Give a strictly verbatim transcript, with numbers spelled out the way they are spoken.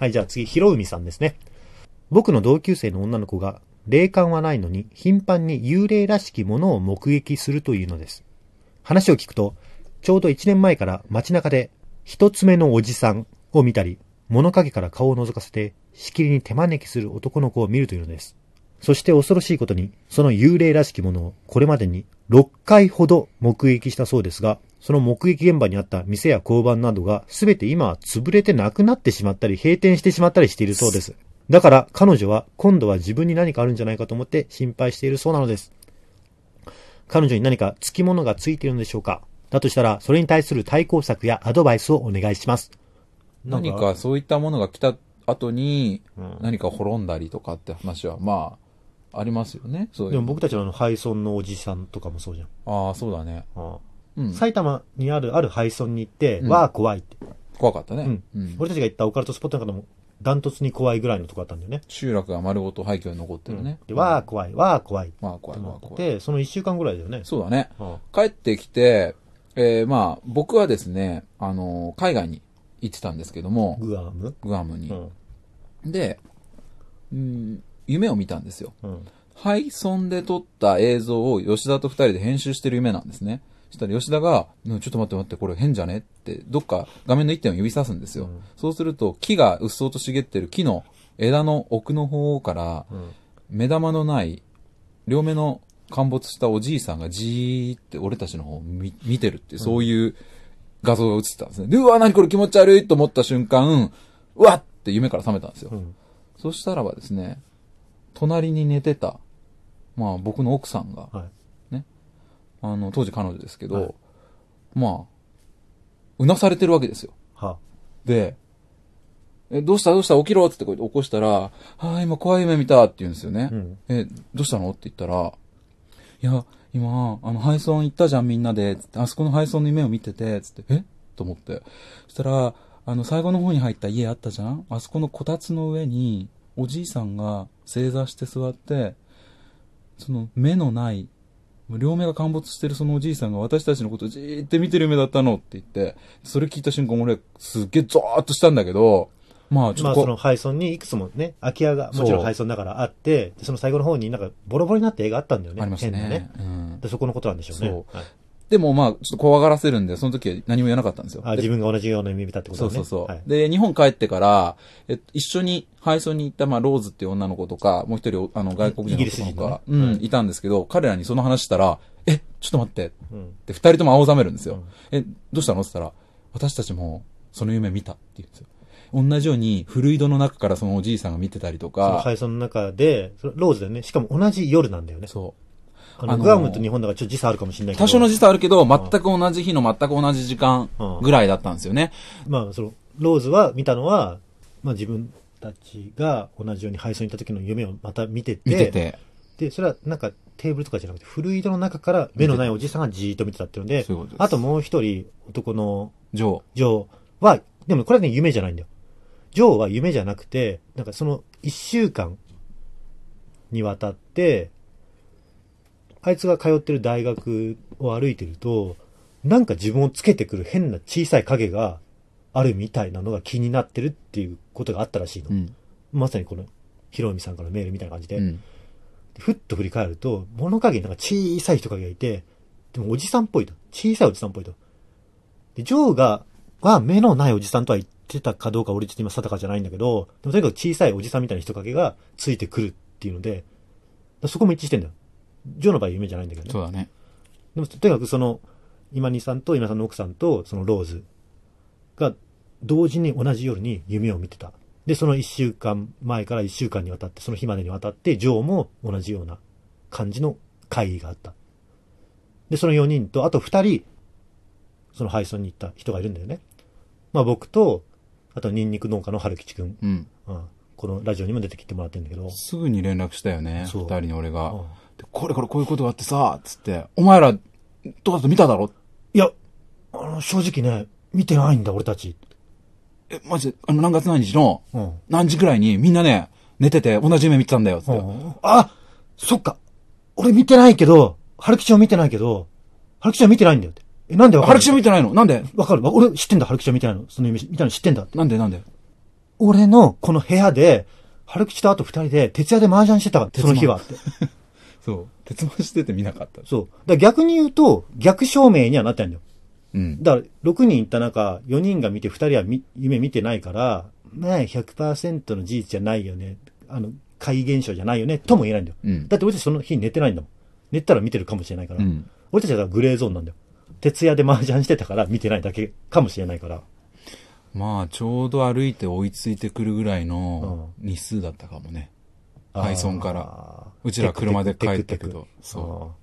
はい、じゃあ次、ひろうみさんですね。僕の同級生の女の子が、霊感はないのに、頻繁に幽霊らしきものを目撃するというのです。話を聞くと、ちょうどいちねんまえから街中で、一つ目のおじさんを見たり、物陰から顔を覗かせて、しきりに手招きする男の子を見るというのです。そして恐ろしいことに、その幽霊らしきものをこれまでにろっかいほど目撃したそうですが、その目撃現場にあった店や交番などがすべて今は潰れてなくなってしまったり閉店してしまったりしているそうです。だから彼女は今度は自分に何かあるんじゃないかと思って心配しているそうなのです。彼女に何かつきものがついているのでしょうか。だとしたらそれに対する対抗策やアドバイスをお願いします。 何かそういったものが来た後に何か滅んだりとかって話はまあありますよね。そういう。 でも僕たちのあの廃村のおじさんとかもそうじゃん。 ああ、そうだね。ああ、 うん、埼玉にあるある廃村に行って、うん、わあ怖いって。 怖かったね。 うんうん、俺たちが行ったオカルトスポットの中でもダントツに怖いぐらいのとこあったんだよね。 集落が丸ごと廃墟に残ってるね。 うん、で、わあ怖い、わあ怖い。 わあ怖い、わあ怖い。 で、その一週間ぐらいだよね。 そうだね。ああ、帰ってきて、えー、まあ僕はですね、あのー、海外に行ってたんですけども。 グアムグアムに。うん、で、うん、夢を見たんですよ。うん、廃村で撮った映像を吉田と二人で編集してる夢なんですね。そしたら吉田が、ちょっと待って待って、これ変じゃねって、どっか画面の一点を指さすんですよ。うん、そうすると、木がうっそうと茂ってる木の枝の奥の方から、うん、目玉のない、両目の陥没したおじいさんがじーって俺たちの方を 見, 見てるっていう、そういう画像が映ってたんですね。で、うわ、何これ気持ち悪いと思った瞬間、うわって夢から覚めたんですよ。うん、そしたらばですね、隣に寝てた、まあ僕の奥さんが、はい、ね、あの、当時彼女ですけど、はい、まあ、うなされてるわけですよ。はあ、で、え、どうしたどうした起きろってこう起こしたら、はあ、今怖い夢見たって言うんですよね。うん、え、どうしたのって言ったら、いや、今、あの、廃村行ったじゃんみんなで、つって、あそこの廃村の夢を見てて、つって、えと思って。そしたら、あの、最後の方に入った家あったじゃんあそこのこたつの上に、おじいさんが正座して座って、その目のない、両目が陥没してるそのおじいさんが私たちのことをじーって見てる夢だったのって言って、それ聞いた瞬間俺すっげえゾーッとしたんだけど、まあちょっと。まあその廃村にいくつもね、空き家がもちろん廃村だからあって、その最後の方になんかボロボロになった絵があったんだよね。 ありましたね。変なね。 うん、でそこのことなんでしょうね。そう。はい、 でもまあちょっと怖がらせるんで、その時は何も言わなかったんですよ。 あ、自分が同じような夢見たってことね。 そうそうそう。はい、で、日本帰ってから、え一緒に廃村に行ったまあローズっていう女の子とか、もう一人あの外国人の子とか、ね、うん、うん、いたんですけど、彼らにその話したら、え、ちょっと待って、うん、って二人とも青ざめるんですよ。うん、え、どうしたのって言ったら、私たちもその夢見たって言うんですよ。同じように古井戸の中からそのおじいさんが見てたりとか。 その廃村の中で、ローズだよね。しかも同じ夜なんだよね。 そう。 あの、あのー、グアムと日本だからちょっと時差あるかもしれないけど。 多少の時差あるけど、全く同じ日の全く同じ時間ぐらいだったんですよね。 うん、まあ、その、ローズは見たのは、まあ自分たちが同じように廃村に行った時の夢をまた見てて。 見てて。 で、それはなんかテーブルとかじゃなくて、古井戸の中から目のないおじさんがじーっと見てたっていうので、そういうことです。あともう一人、男の、 ジョー。 ジョーは、でもこれはね、夢じゃないんだよ。ジョーは夢じゃなくて、なんかその一週間にわたって、あいつが通ってる大学を歩いてると、なんか自分をつけてくる変な小さい影があるみたいなのが気になってるっていうことがあったらしいの。うん、まさにこの、ひろみさんからのメールみたいな感じで。うん、ふっと振り返ると、物陰になんか小さい人影がいて、でもおじさんっぽいと。小さいおじさんっぽいと。で、ジョーが、は目のないおじさんとは言ってたかどうか俺ちょっと今定かじゃないんだけど、でもとにかく小さいおじさんみたいな人影がついてくるっていうので、そこも一致してんだよ。ジョーの場合夢じゃないんだけどね。 そうだね。 でもとにかくその、今にさんと今さんの奥さんとそのローズが同時に同じ夜に夢を見てた。で、その一週間前から一週間にわたって、その日までにわたって、ジョーも同じような感じの会議があった。で、そのよにんと、あとふたり、その廃村に行った人がいるんだよね。まあ僕と、あとニンニク農家の春吉くん。うん。うん。このラジオにも出てきてもらってるんだけど。 すぐに連絡したよね。二人に俺が。うん、でこれこれこういうことがあってさ、つって、お前ら、どうだって見ただろ？ いや、あの、正直ね、見てないんだ、俺たち。 え、マジで、あの、何月何日の、うん、何時くらいにみんなね、寝てて同じ夢見てたんだよ、つって。うん、 あ、そっか。俺見てないけど、春吉は見てないけど、春吉は見てないんだよって。え、なんでわかる？ 春吉は見てないの？なんで？ わかる。俺知ってんだ、春吉は見てないの。その夢見たの知ってんだ。 なんでなんで？ 俺のこの部屋で、春吉とあと二人で徹夜で麻雀してたその日はって。 そう。鉄マしてて見なかった。 そう。だから逆に言うと、逆証明にはなってんだよ。 うん。 だから、ろくにんいった中、よにんが見てふたりは夢見てないから、まあ ひゃくパーセント の事実じゃないよね。あの、怪現象じゃないよね。とも言えないんだよ。 うん、 だって俺たちその日寝てないんだもん。寝たら見てるかもしれないから。うん、俺たちはグレーゾーンなんだよ。徹夜で麻雀してたから見てないだけかもしれないから。 まあ、ちょうど歩いて追いついてくるぐらいの日数だったかもね。配送から。うちら車で帰ったけど。 そう。